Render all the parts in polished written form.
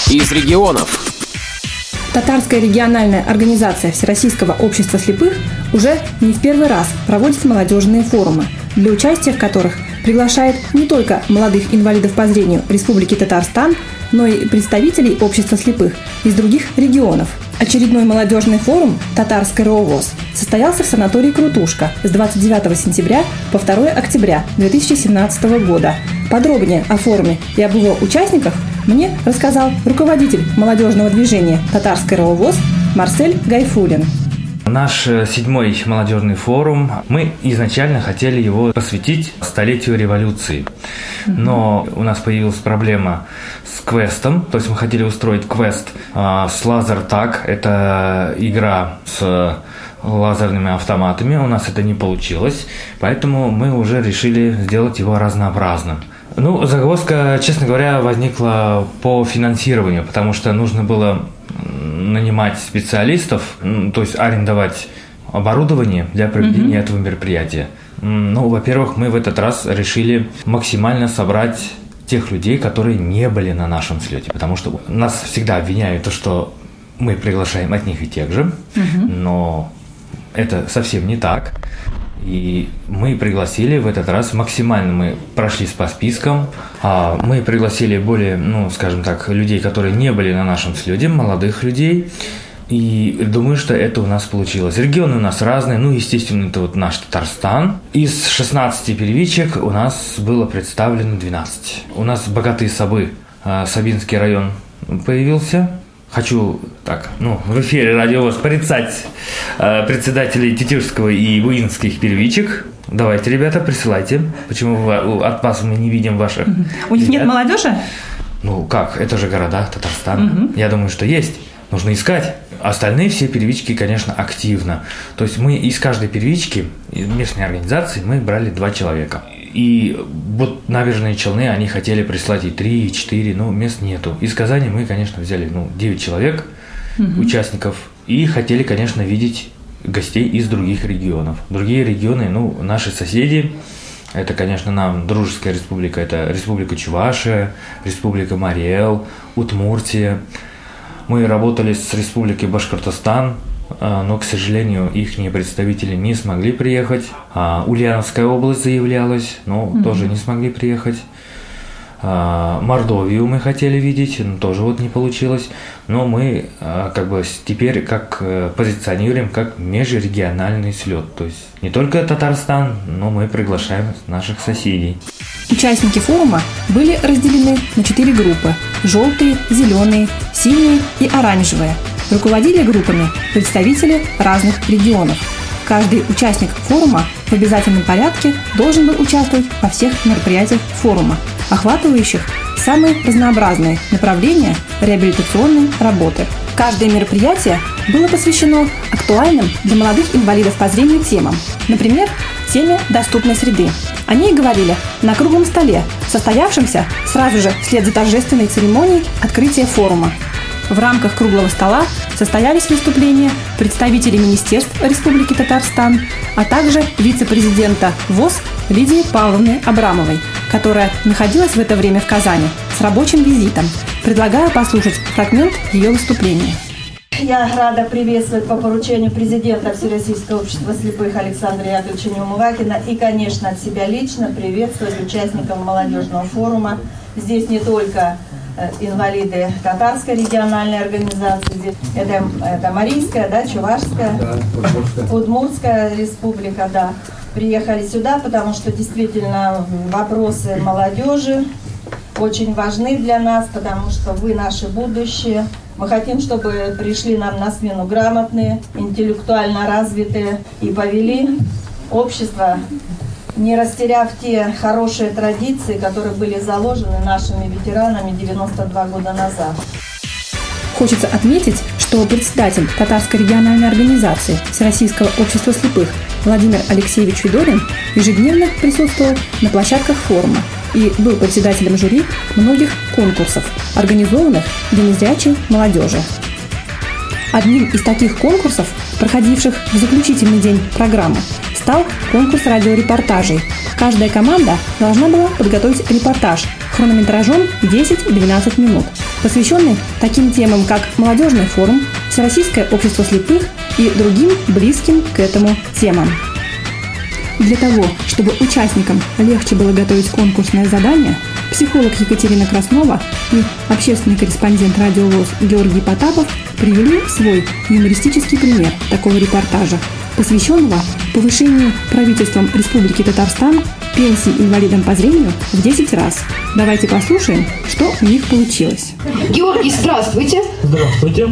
из регионов. Татарская региональная организация Всероссийского общества слепых уже не в первый раз проводит молодежные форумы, для участия в которых приглашает не только молодых инвалидов по зрению Республики Татарстан, но и представителей общества слепых из других регионов. Очередной молодежный форум «Татарское РО ВОС» состоялся в санатории «Крутушка» с 29 сентября по 2 октября 2017 года. Подробнее о форуме и об его участниках мне рассказал руководитель молодежного движения «Татарское РО ВОС» Марсель Гайфуллин. Наш 7-й молодежный форум, мы изначально хотели его посвятить столетию революции. Но у нас появилась проблема с квестом, то есть мы хотели устроить квест с лазертаг, это игра с лазерными автоматами, у нас это не получилось, поэтому мы уже решили сделать его разнообразным. Загвоздка, честно говоря, возникла по финансированию, потому что нужно было нанимать специалистов, то есть арендовать оборудование для проведения этого мероприятия. Во-первых, мы в этот раз решили максимально собрать тех людей, которые не были на нашем слете, потому что нас всегда обвиняют, что мы приглашаем одних и тех же, но это совсем не так. И мы пригласили в этот раз максимально, мы прошлись по спискам, мы пригласили более, людей, которые не были на нашем слете, молодых людей, и думаю, что это у нас получилось. Регионы у нас разные, естественно, это вот наш Татарстан. Из 16 первичек у нас было представлено 12. У нас Богатые Сабы, Сабинский район появился. Хочу в эфире радио ВОС порицать председателей Тетюшского и Буинских первичек. Давайте, ребята, присылайте. Почему от вас мы не видим ваших? У них нет молодежи? Это же города Татарстана. Я думаю, что есть. Нужно искать. Остальные все первички, конечно, активно. То есть мы из каждой первички, из местной организации, мы брали 2 человека. И вот Набережные Челны, они хотели прислать и 3, и 4, мест нету. Из Казани мы, конечно, взяли 9 человек, участников, и хотели, конечно, видеть гостей из других регионов. Другие регионы, наши соседи, это, конечно, нам дружеская республика, это Республика Чувашия, Республика Марий-Эл, Удмуртия. Мы работали с Республикой Башкортостан, но, к сожалению, их представители не смогли приехать. Ульяновская область заявлялась, но тоже не смогли приехать. Мордовию мы хотели видеть, но тоже не получилось. Но мы теперь позиционируем как межрегиональный слет. То есть не только Татарстан, но мы приглашаем наших соседей. Участники форума были разделены на 4 группы – желтые, зеленые, синие и оранжевые. Руководили группами представители разных регионов. Каждый участник форума в обязательном порядке должен был участвовать во всех мероприятиях форума, охватывающих самые разнообразные направления реабилитационной работы. Каждое мероприятие было посвящено актуальным для молодых инвалидов по зрению темам, например, теме доступной среды. О ней говорили на круглом столе, состоявшемся сразу же вслед за торжественной церемонией открытия форума. В рамках круглого стола состоялись выступления представителей Министерств Республики Татарстан, а также вице-президента ВОС Лидии Павловны Абрамовой, которая находилась в это время в Казани с рабочим визитом. Предлагаю послушать фрагмент ее выступления. Я рада приветствовать по поручению президента Всероссийского общества слепых Александра Яковлевича Неумывакина и, конечно, от себя лично приветствовать участников молодежного форума. Здесь не только инвалиды Татарской региональной организации, это Марийская, Чувашская, Удмуртская республика, приехали сюда, потому что действительно вопросы молодежи очень важны для нас, потому что вы наше будущее. Мы хотим, чтобы пришли нам на смену грамотные, интеллектуально развитые и повели общество, не растеряв те хорошие традиции, которые были заложены нашими ветеранами 92 года назад. Хочется отметить, что председатель Татарской региональной организации Всероссийского общества слепых Владимир Алексеевич Федорин ежедневно присутствовал на площадках форума и был председателем жюри многих конкурсов, организованных для незрячей молодежи. Одним из таких конкурсов, проходивших в заключительный день программы, стал конкурс радиорепортажей. Каждая команда должна была подготовить репортаж, хронометражом 10-12 минут, посвященный таким темам, как молодежный форум, Всероссийское общество слепых и другим близким к этому темам. Для того, чтобы участникам легче было готовить конкурсное задание, психолог Екатерина Краснова и общественный корреспондент «Радио ВОС» Георгий Потапов привели свой юмористический пример такого репортажа, посвященного повышению правительством Республики Татарстан пенсии инвалидам по зрению в 10 раз. Давайте послушаем, что у них получилось. Георгий, здравствуйте. Здравствуйте.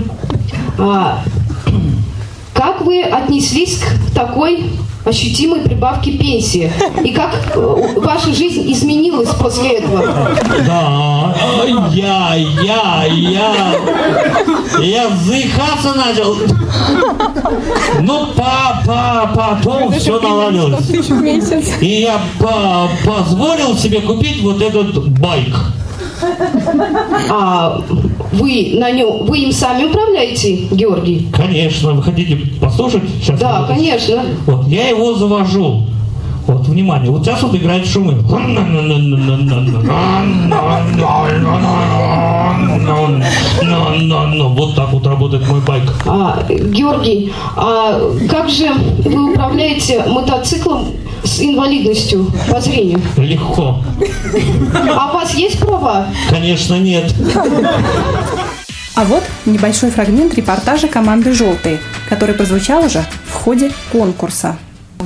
Как вы отнеслись к такой ощутимой прибавке пенсии? И как ваша жизнь изменилась после этого? Да, я заикаться начал. Но потом все наладилось. И я позволил себе купить вот этот байк. Вы им сами управляете, Георгий? Конечно. Вы хотите послушать? Сейчас да, конечно. Вот, я его завожу. Вот, внимание, вот сейчас вот играют шумы. Вот так вот работает мой байк. Георгий, как же вы управляете мотоциклом с инвалидностью по зрению? Легко. А у вас есть права? Конечно, нет. А вот небольшой фрагмент репортажа команды «Желтые», который прозвучал уже в ходе конкурса.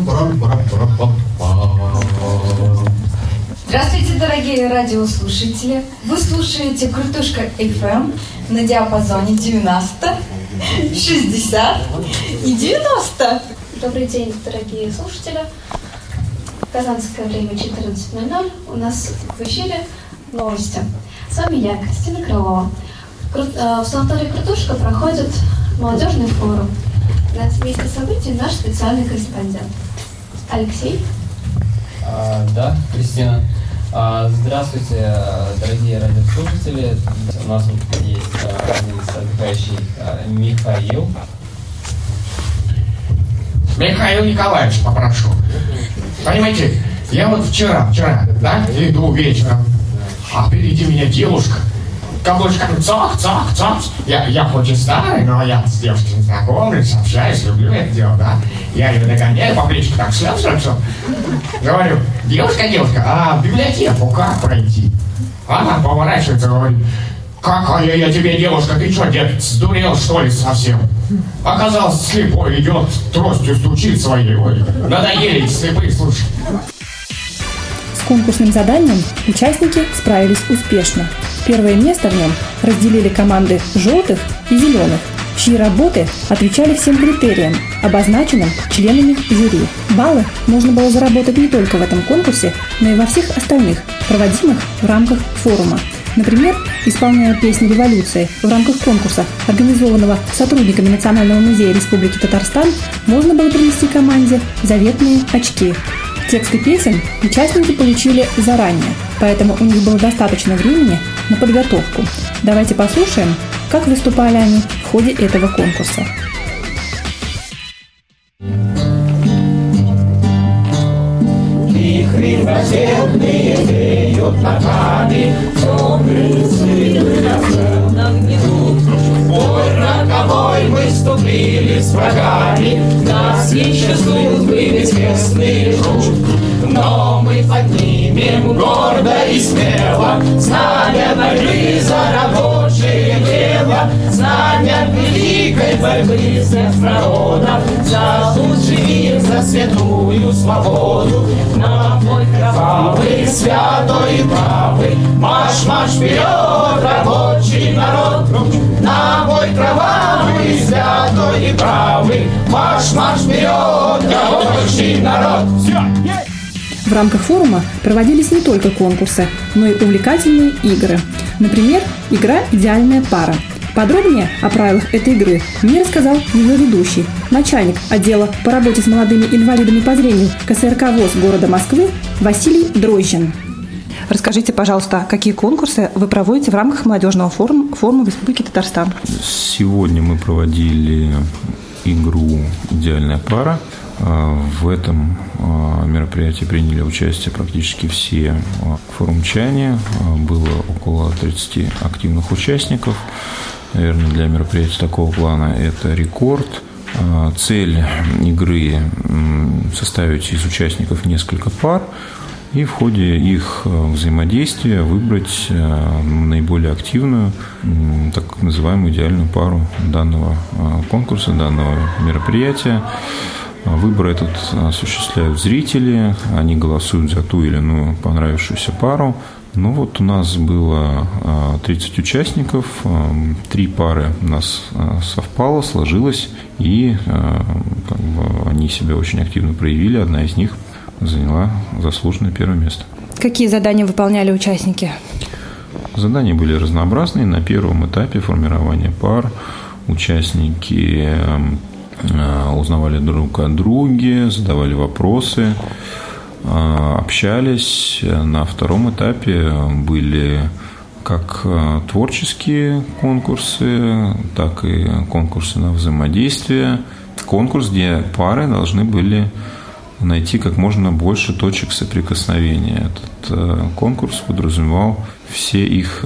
Здравствуйте, дорогие радиослушатели! Вы слушаете Крутушка FM на диапазоне 90, 60 и 90. Добрый день, дорогие слушатели! Казанское время 14:00. У нас в эфире новости. С вами я, Кристина Крылова. В санатории «Крутушка» проходит молодежный форум. На месте событий наш специальный корреспондент. Алексей? Да, Кристина. Здравствуйте, дорогие радиослушатели. У нас есть один отдыхающий Михаил. Михаил Николаевич, попрошу. Понимаете, я вот вчера, да, иду вечером, а впереди меня девушка. Каблучками цах. Я хоть и старый, но я с девушкой знакомлюсь, общаюсь, люблю это дело, да. Я ее догоняю, по плечику так шляп. Говорю, девушка, а в библиотеку как пройти? Она поворачивается, говорит, какая я тебе девушка, ты что, дед, сдурел что ли совсем? Оказалось, слепой идет, тростью стучит своей, надоели эти слепые, слушай. С конкурсным заданием участники справились успешно. Первое место в нем разделили команды «Желтых» и «Зеленых», чьи работы отвечали всем критериям, обозначенным членами жюри. Баллы можно было заработать не только в этом конкурсе, но и во всех остальных, проводимых в рамках форума. Например, исполняя песню «Революции» в рамках конкурса, организованного сотрудниками Национального музея Республики Татарстан, можно было принести команде заветные очки. Тексты песен участники получили заранее, поэтому у них было достаточно времени на подготовку. Давайте послушаем, как выступали они в ходе этого конкурса. Вихри заседные веют ногами, темные силы нам гнетут. Бой роковой мы вступили с врагами, нас еще судьбы безвестные ждут. Но мы поднимем гордо и смело знамя борьбы за рабочее дело, знамя великой борьбы всех народов, за лучший мир, за святую свободу. На бой кровавый, святой и правый, марш вперед, рабочий народ. На бой кровавый, святой и правый, марш вперед, рабочий народ. В рамках форума проводились не только конкурсы, но и увлекательные игры. Например, игра «Идеальная пара». Подробнее о правилах этой игры мне рассказал ее ведущий, начальник отдела по работе с молодыми инвалидами по зрению КСРК ВОС города Москвы Василий Дрожжин. Расскажите, пожалуйста, какие конкурсы вы проводите в рамках молодежного форума в Республике Татарстан? Сегодня мы проводили игру «Идеальная пара». В этом мероприятии приняли участие практически все форумчане. Было около 30 активных участников. Наверное, для мероприятия такого плана это рекорд. Цель игры – составить из участников несколько пар и в ходе их взаимодействия выбрать наиболее активную, так называемую идеальную пару данного конкурса, данного мероприятия. Выбор этот осуществляют зрители, они голосуют за ту или иную понравившуюся пару. Ну вот у нас было 30 участников, 3 пары у нас совпало, сложилось, и они себя очень активно проявили. Одна из них заняла заслуженное первое место. Какие задания выполняли участники? Задания были разнообразные. На первом этапе формирования пар участники узнавали друг о друге, задавали вопросы, общались. На втором этапе были как творческие конкурсы, так и конкурсы на взаимодействие. Конкурс, где пары должны были найти как можно больше точек соприкосновения. Этот конкурс подразумевал все их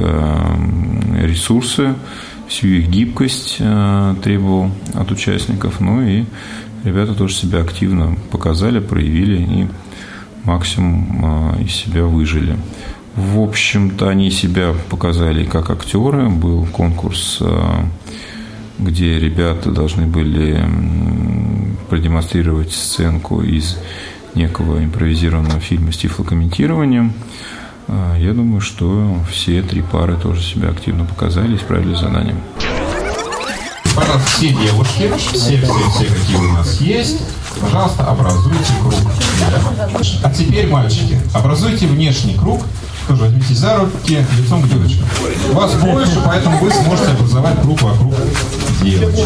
ресурсы, всю их гибкость требовал от участников. Ну и ребята тоже себя активно показали, проявили и максимум из себя выжили. В общем-то, они себя показали как актеры. Был конкурс, где ребята должны были продемонстрировать сценку из некого импровизированного фильма с тифлокомментированием. Я думаю, что все 3 пары тоже себя активно показали и справились с заданием. Пожалуйста, все девушки, все, какие у нас есть, пожалуйста, образуйте круг. А теперь, мальчики, образуйте внешний круг. Тоже возьмите за руки лицом к девочкам. Вас больше, поэтому вы сможете образовать круг вокруг девочек.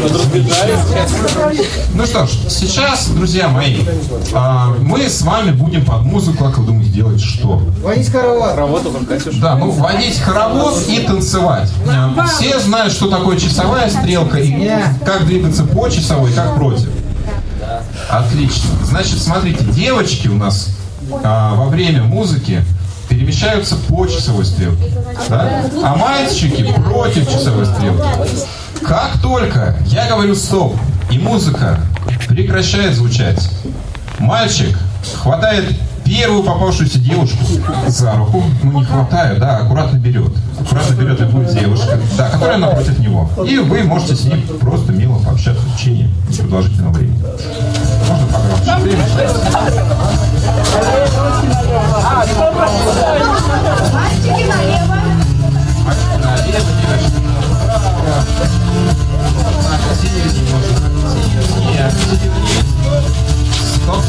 Ну что ж, сейчас, друзья мои, мы с вами будем под музыку, как вы думаете, делать что? Водить хоровод. Да, ну водить хоровод и танцевать. Все знают, что такое часовая стрелка и как двигаться по часовой, как против. Отлично. Значит, смотрите, девочки у нас во время музыки перемещаются по часовой стрелке, да? А мальчики против часовой стрелки. Как только я говорю «стоп» и музыка прекращает звучать, мальчик хватает первую попавшуюся девушку за руку, ну не хватает, да, аккуратно берет любую девушку, да, которая напротив него. И вы можете с ним просто мило пообщаться в течение продолжительного времени. Можно погромче. Мальчики налево. Мальчики налево, девочки направо. Активнее можно. Активнее. Стоп.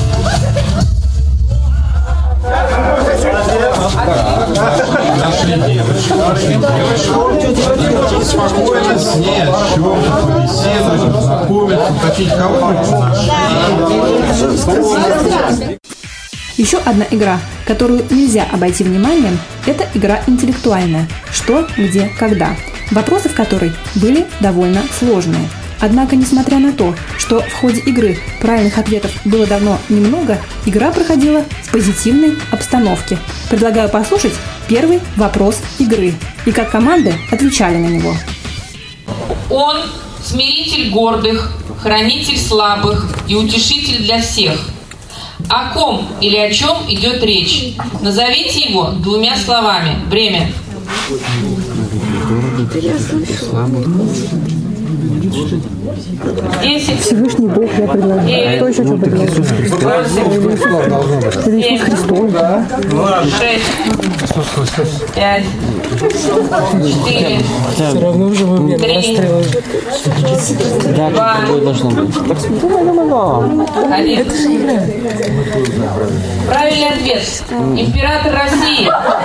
Нашли девочку. Спокойно с ней о чем-то побеседовать, познакомиться, уточнить, кого нашли. Еще одна игра, которую нельзя обойти вниманием, это игра интеллектуальная «Что, где, когда», вопросы в которой были довольно сложные. Однако, несмотря на то, что в ходе игры правильных ответов было давно немного, игра проходила в позитивной обстановке. Предлагаю послушать первый вопрос игры и как команды отвечали на него. Он – смиритель гордых, хранитель слабых и утешитель для всех. О ком или о чем идет речь? Назовите его 2 словами. Время. Всевышний Бог я предложил. Кто еще что предложил? Иисус Христос, да? 6, 5, 4, Все равно уже вы меня расстрелы. 2, должно быть. 1. Правильный ответ. Император России.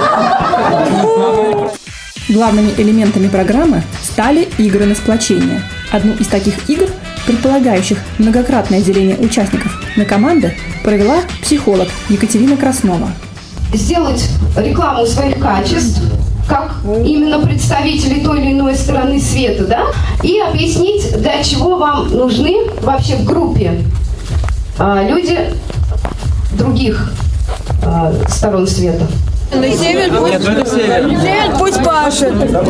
Главными элементами программы стали игры на сплочение. Одну из таких игр, предполагающих многократное деление участников на команды, провела психолог Екатерина Краснова. Сделать рекламу своих качеств, как именно представители той или иной стороны света, да, и объяснить, для чего вам нужны вообще в группе люди других сторон света. На север пусть пашет.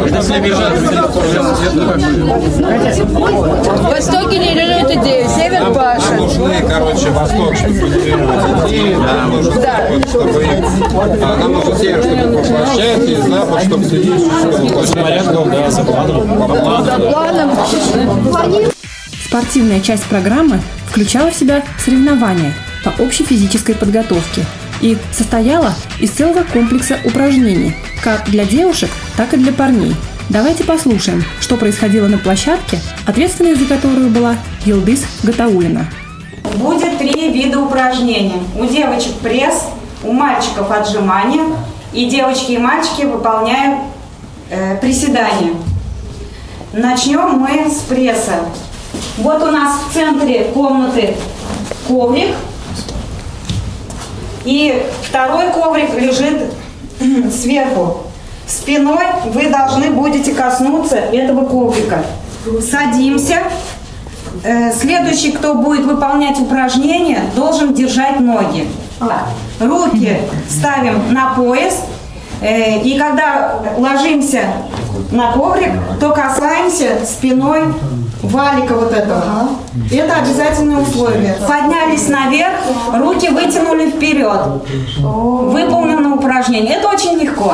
Восток генерирует идею, север пашет. Короче, Восток, чтобы генерировать идеи, нам нужно север, чтобы воплощать, и Запад, чтобы следить, чтобы воплощать. За планом. Спортивная часть программы включала в себя соревнования по общей физической подготовке и состояла из целого комплекса упражнений, как для девушек, так и для парней. Давайте послушаем, что происходило на площадке, ответственной за которую была Елдыс Гатаулина. Будет 3 вида упражнений. У девочек пресс, у мальчиков отжимания, и девочки и мальчики выполняют приседания. Начнем мы с пресса. Вот у нас в центре комнаты коврик. И второй коврик лежит сверху. Спиной вы должны будете коснуться этого коврика. Садимся. Следующий, кто будет выполнять упражнение, должен держать ноги. Руки ставим на пояс. И когда ложимся на коврик, то касаемся спиной валика вот этого. Это обязательное условие. Поднялись наверх, руки вытянули вперед. Выполнено упражнение. Это очень легко.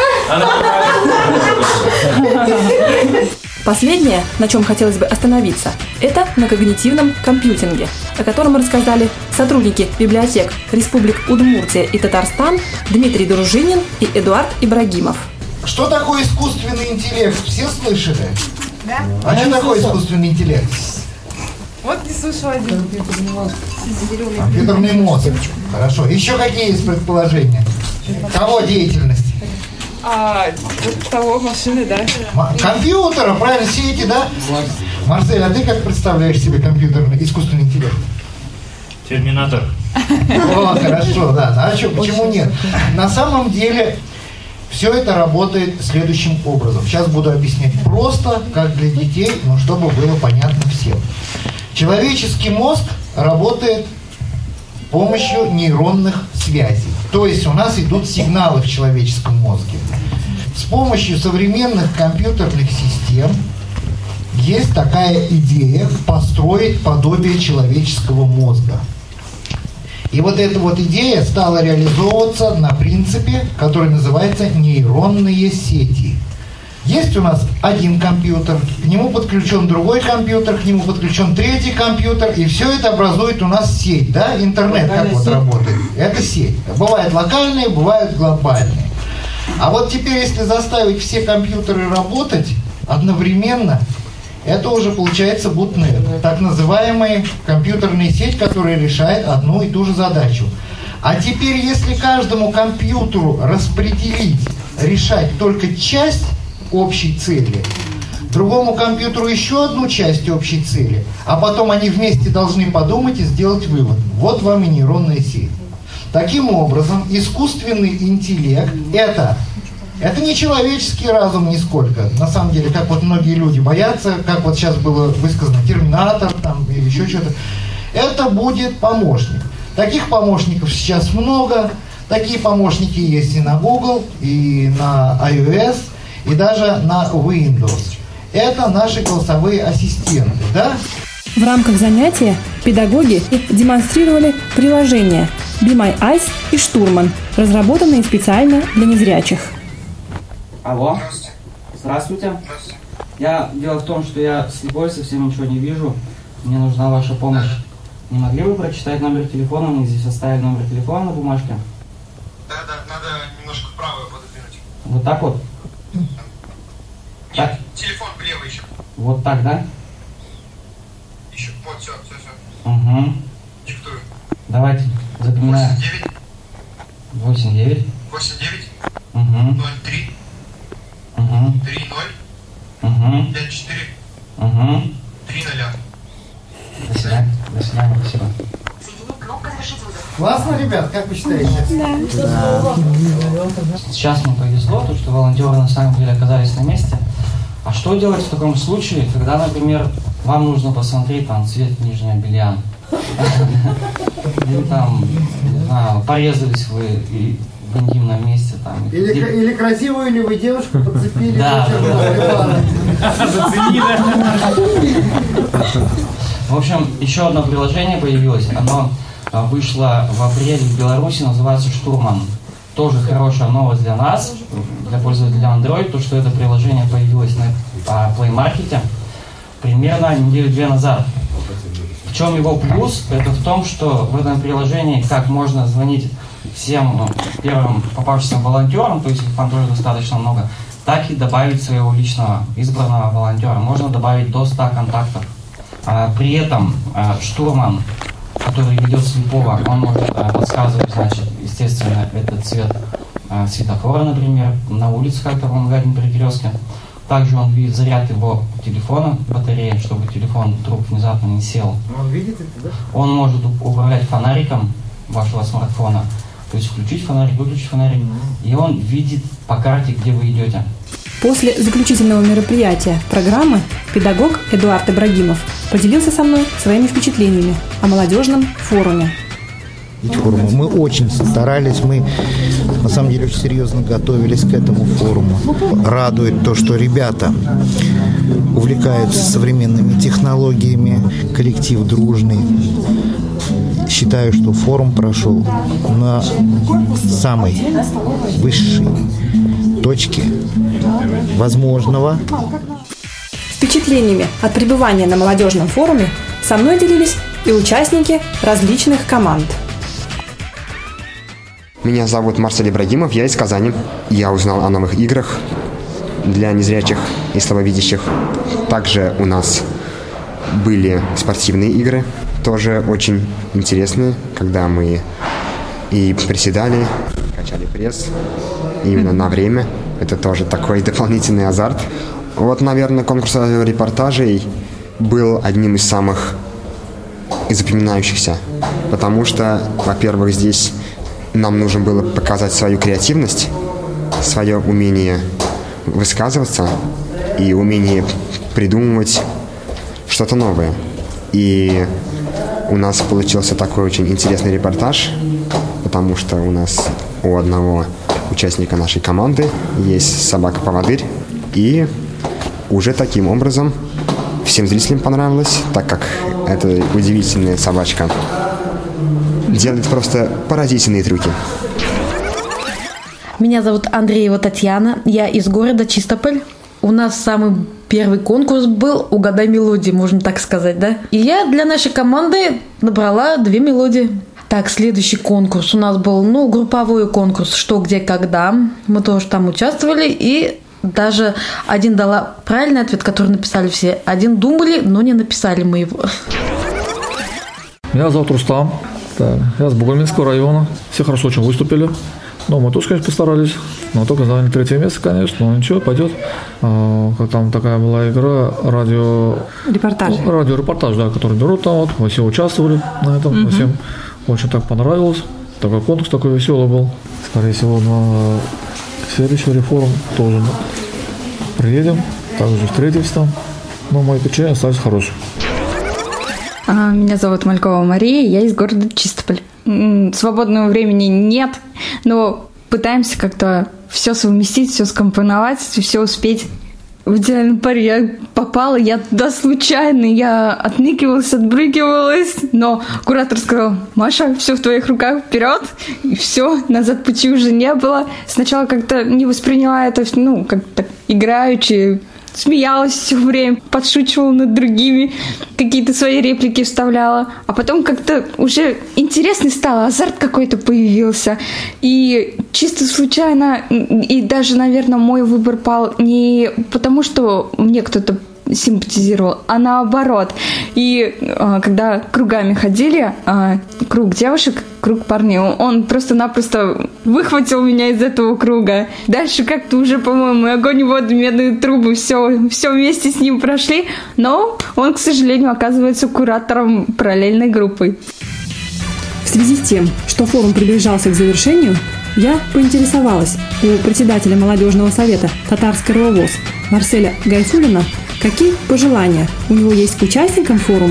Последнее, на чем хотелось бы остановиться, это на когнитивном компьютинге, о котором рассказали сотрудники библиотек республик Удмуртия и Татарстан Дмитрий Дружинин и Эдуард Ибрагимов. Что такое искусственный интеллект? Все слышали? Да. А что такое искусственный интеллект? Вот не слышал один. Компьютерный мозг. Хорошо. Еще какие есть предположения? Кого деятельность? Вот того машины, да. Компьютера, правильно, все эти, да? Марсель, а ты как представляешь себе компьютерный искусственный интеллект? Терминатор. О, хорошо, да. А что, почему нет? На самом деле все это работает следующим образом. Сейчас буду объяснять просто, как для детей, но чтобы было понятно всем. Человеческий мозг работает с помощью нейронных связей. То есть у нас идут сигналы в человеческом мозге. С помощью современных компьютерных систем есть такая идея построить подобие человеческого мозга. И вот эта вот идея стала реализовываться на принципе, который называется нейронные сети. Есть у нас один компьютер, к нему подключен другой компьютер, к нему подключен третий компьютер, и все это образует у нас сеть, да? Интернет как вот работает. Это сеть. Бывают локальные, бывают глобальные. А вот теперь, если заставить все компьютеры работать одновременно, это уже получается бутнет, так называемая компьютерная сеть, которая решает одну и ту же задачу. А теперь, если каждому компьютеру распределить, решать только часть общей цели, другому компьютеру еще одну часть общей цели, а потом они вместе должны подумать и сделать вывод. Вот вам и нейронная сеть. Таким образом, искусственный интеллект это не человеческий разум нисколько. На самом деле, как вот многие люди боятся, как вот сейчас было высказано, терминатор там или еще что-то, это будет помощник. Таких помощников сейчас много. Такие помощники есть и на Google, и на iOS, и даже на Windows. Это наши голосовые ассистенты, да? В рамках занятия педагоги демонстрировали приложения Be My Eyes и Штурман, разработанные специально для незрячих. Алло. Здравствуйте. Дело в том, что я слепой, совсем ничего не вижу. Мне нужна ваша помощь. Не могли бы прочитать номер телефона? Мне здесь оставили номер телефона на бумажке. Да, надо немножко вправо пододвинуть. Вот так вот? Нет, так? Телефон влево еще. Вот так, да? Еще, вот, все. Угу. Диктую. Давайте, запоминаю. 89. 89. Угу. 03. Угу. 30. Угу. 54. Угу. 30. До свидания. До свидания, спасибо. Классно, ребят, как вы считаете? Да. Сейчас мне повезло, то, что волонтеры на самом деле оказались на месте. А что делать в таком случае, когда, например, вам нужно посмотреть там цвет нижнего белья? Или там, не знаю, порезались вы и в интимном месте там. Или красивую ли вы девушку подцепили? Да. В общем, еще одно приложение появилось. Оно вышло в апреле в Беларуси, называется «Штурман». Тоже хорошая новость для нас, для пользователей Android, то, что это приложение появилось на Play Market примерно неделю-две назад. В чем его плюс? Это в том, что в этом приложении как можно звонить всем первым попавшимся волонтерам, то есть их Android достаточно много, так и добавить своего личного избранного волонтера. Можно добавить до 100 контактов. При этом штурман, который ведет слепого, он может подсказывать, значит, естественно, этот цвет светофора, например, на улице как-то в магазине перекрестке. Также он видит заряд его телефона, батареи, чтобы телефон вдруг внезапно не сел. Он видит это, да? Он может управлять фонариком вашего смартфона, то есть включить фонарик, выключить фонарик, и он видит по карте, где вы идете. После заключительного мероприятия программы педагог Эдуард Ибрагимов поделился со мной своими впечатлениями о молодежном форуме. Мы очень старались, мы на самом деле очень серьезно готовились к этому форуму. Радует то, что ребята увлекаются современными технологиями, коллектив дружный. Считаю, что форум прошел на самой высшей точке возможного. Впечатлениями от пребывания на молодежном форуме со мной делились и участники различных команд. Меня зовут Марсель Ибрагимов, я из Казани. Я узнал о новых играх для незрячих и слабовидящих. Также у нас были спортивные игры, тоже очень интересные, когда мы и приседали, качали пресс именно на время. Это тоже такой дополнительный азарт. Вот, наверное, конкурс репортажей был одним из самых запоминающихся, потому что, во-первых, здесь нам нужно было показать свою креативность, свое умение высказываться и умение придумывать что-то новое. И у нас получился такой очень интересный репортаж, потому что у нас у одного участника нашей команды есть собака-поводырь, и уже таким образом всем зрителям понравилось, так как эта удивительная собачка делает просто поразительные трюки. Меня зовут Андреева Татьяна, я из города Чистополь. У нас самый первый конкурс был «Угадай мелодии», можно так сказать, да? И я для нашей команды набрала 2 мелодии. Так, следующий конкурс у нас был, групповой конкурс «Что, где, когда». Мы тоже там участвовали, и даже один дала правильный ответ, который написали все. Один думали, но не написали мы его. Меня зовут Рустам. Так, я с Бугульминского района. Все хорошо очень выступили. Мы тоже, конечно, постарались. Но только заняли 3 место, конечно. Но ничего, пойдет. Как там такая была игра, радиорепортаж, да, который берут там. Мы все участвовали на этом. Всем очень так понравилось. Такой конкурс такой веселый был. Скорее всего, на следующий форум тоже приедем. Также встретимся там. Мои впечатления остались хорошие. Меня зовут Малькова Мария, я из города Чистополь. Свободного времени нет, но пытаемся как-то все совместить, все скомпоновать, все успеть. В идеальном паре я попала, я туда случайно, я отныкивалась, отбрыкивалась, но куратор сказал: Маша, все в твоих руках, вперед, и все, назад пути уже не было. Сначала как-то не восприняла это, как-то играючи, смеялась все время, подшучивала над другими, какие-то свои реплики вставляла. А потом как-то уже интересно стало, азарт какой-то появился. И чисто случайно, и даже, наверное, мой выбор пал не потому, что мне кто-то симпатизировал, а наоборот. И когда кругами ходили, круг девушек, круг парней, он просто-напросто выхватил меня из этого круга. Дальше как-то уже, по-моему, огонь и воду, медные трубы, все вместе с ним прошли, но он, к сожалению, оказывается куратором параллельной группы. В связи с тем, что форум приближался к завершению, я поинтересовалась у председателя молодежного совета Татарского ВОС Марселя Гайфуллина, какие пожелания у него есть к участникам форума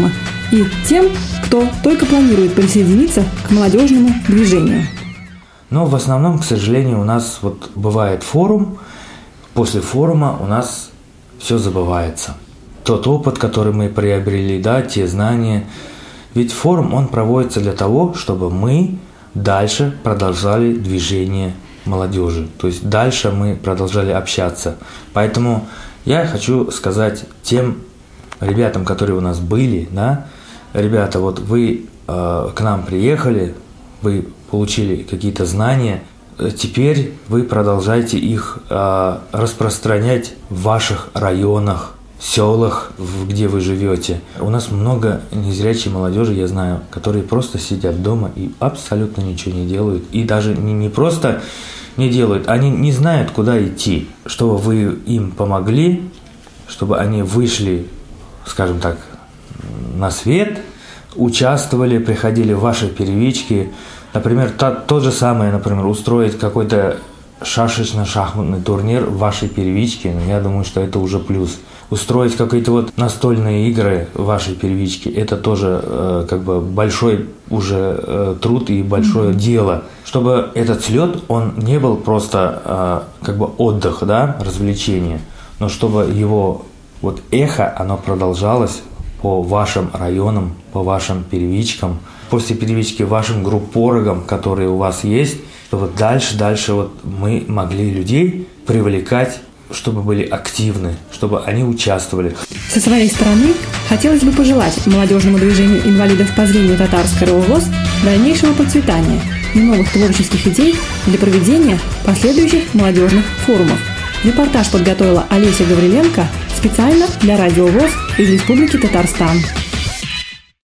и тем, кто только планирует присоединиться к молодежному движению. Но в основном, к сожалению, у нас вот бывает форум, после форума у нас все забывается. Тот опыт, который мы приобрели, да, те знания. Ведь форум, он проводится для того, чтобы мы дальше продолжали движение молодежи. То есть дальше мы продолжали общаться. Поэтому я хочу сказать тем ребятам, которые у нас были, да, ребята, вот вы к нам приехали, вы получили какие-то знания, теперь вы продолжайте их распространять в ваших районах, селах, где вы живете. У нас много незрячей молодежи, я знаю, которые просто сидят дома и абсолютно ничего не делают. И даже не просто не делают, они не знают, куда идти. Чтобы вы им помогли, чтобы они вышли, скажем так, на свет, участвовали, приходили в ваши первички. Например, тот же самый, например, устроить какой-то шашечно-шахматный турнир в вашей первичке, я думаю, что это уже плюс. Устроить какие-то вот настольные игры в вашей первичке, это тоже как бы большой уже труд и большое дело. Чтобы этот слет, он не был просто как бы отдых, да, развлечение, но чтобы его вот эхо, оно продолжалось по вашим районам, по вашим первичкам, после первички вашим группоргам, которые у вас есть, чтобы дальше вот мы могли людей привлекать, чтобы были активны, чтобы они участвовали. Со своей стороны хотелось бы пожелать молодежному движению инвалидов по зрению «Татарская РОВОЗ» дальнейшего процветания и новых творческих идей для проведения последующих молодежных форумов. Репортаж подготовила Олеся Гавриленко специально для Радио ВОС из Республики Татарстан.